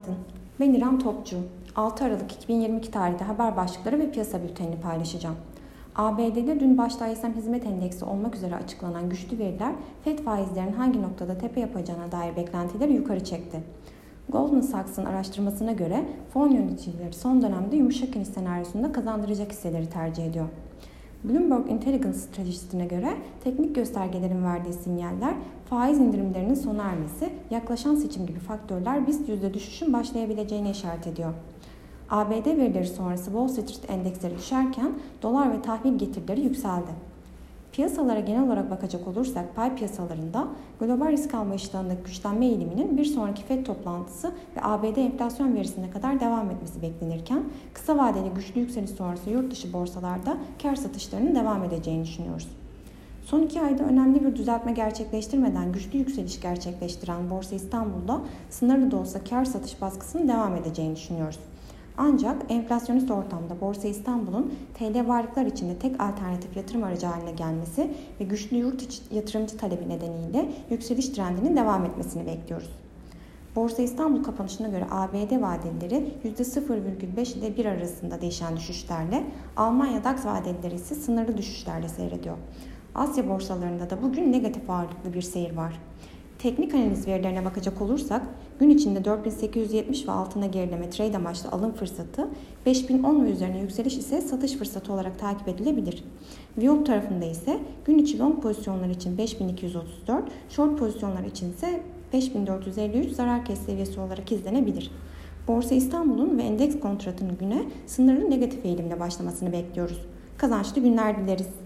Günaydın. Ben İrem Topçu. 6 Aralık 2022 tarihli haber başlıkları ve piyasa bültenini paylaşacağım. ABD'de dün başta ISM Hizmet Endeksi olmak üzere açıklanan güçlü veriler, FED faizlerinin hangi noktada tepe yapacağına dair beklentileri yukarı çekti. Goldman Sachs'ın araştırmasına göre fon yöneticileri son dönemde yumuşak iniş senaryosunda kazandıracak hisseleri tercih ediyor. Bloomberg Intelligence stratejisine göre teknik göstergelerin verdiği sinyaller, faiz indirimlerinin sona ermesi, yaklaşan seçim gibi faktörler BIST düşüşün başlayabileceğine işaret ediyor. ABD verileri sonrası Wall Street endeksleri düşerken dolar ve tahvil getirileri yükseldi. Piyasalara genel olarak bakacak olursak pay piyasalarında global risk alma iştahındaki güçlenme eğiliminin bir sonraki FED toplantısı ve ABD enflasyon verisine kadar devam etmesi beklenirken kısa vadeli güçlü yükseliş sonrası yurt dışı borsalarda kar satışlarının devam edeceğini düşünüyoruz. Son 2 ayda önemli bir düzeltme gerçekleştirmeden güçlü yükseliş gerçekleştiren Borsa İstanbul'da sınırlı da olsa kar satış baskısının devam edeceğini düşünüyoruz. Ancak enflasyonist ortamda Borsa İstanbul'un TL varlıklar içinde tek alternatif yatırım aracı haline gelmesi ve güçlü yurt içi yatırımcı talebi nedeniyle yükseliş trendinin devam etmesini bekliyoruz. Borsa İstanbul kapanışına göre ABD vadelileri %0,5 ile 1 arasında değişen düşüşlerle, Almanya DAX vadelileri ise sınırlı düşüşlerle seyrediyor. Asya borsalarında da bugün negatif ağırlıklı bir seyir var. Teknik analiz verilerine bakacak olursak, gün içinde 4870 ve altına gerileme trade amaçlı alım fırsatı, 5010 ve üzerine yükseliş ise satış fırsatı olarak takip edilebilir. Viyop tarafında ise gün içi long pozisyonlar için 5234, short pozisyonlar için ise 5453 zarar kes seviyesi olarak izlenebilir. Borsa İstanbul'un ve endeks kontratının güne sınırlı negatif eğilimle başlamasını bekliyoruz. Kazançlı günler dileriz.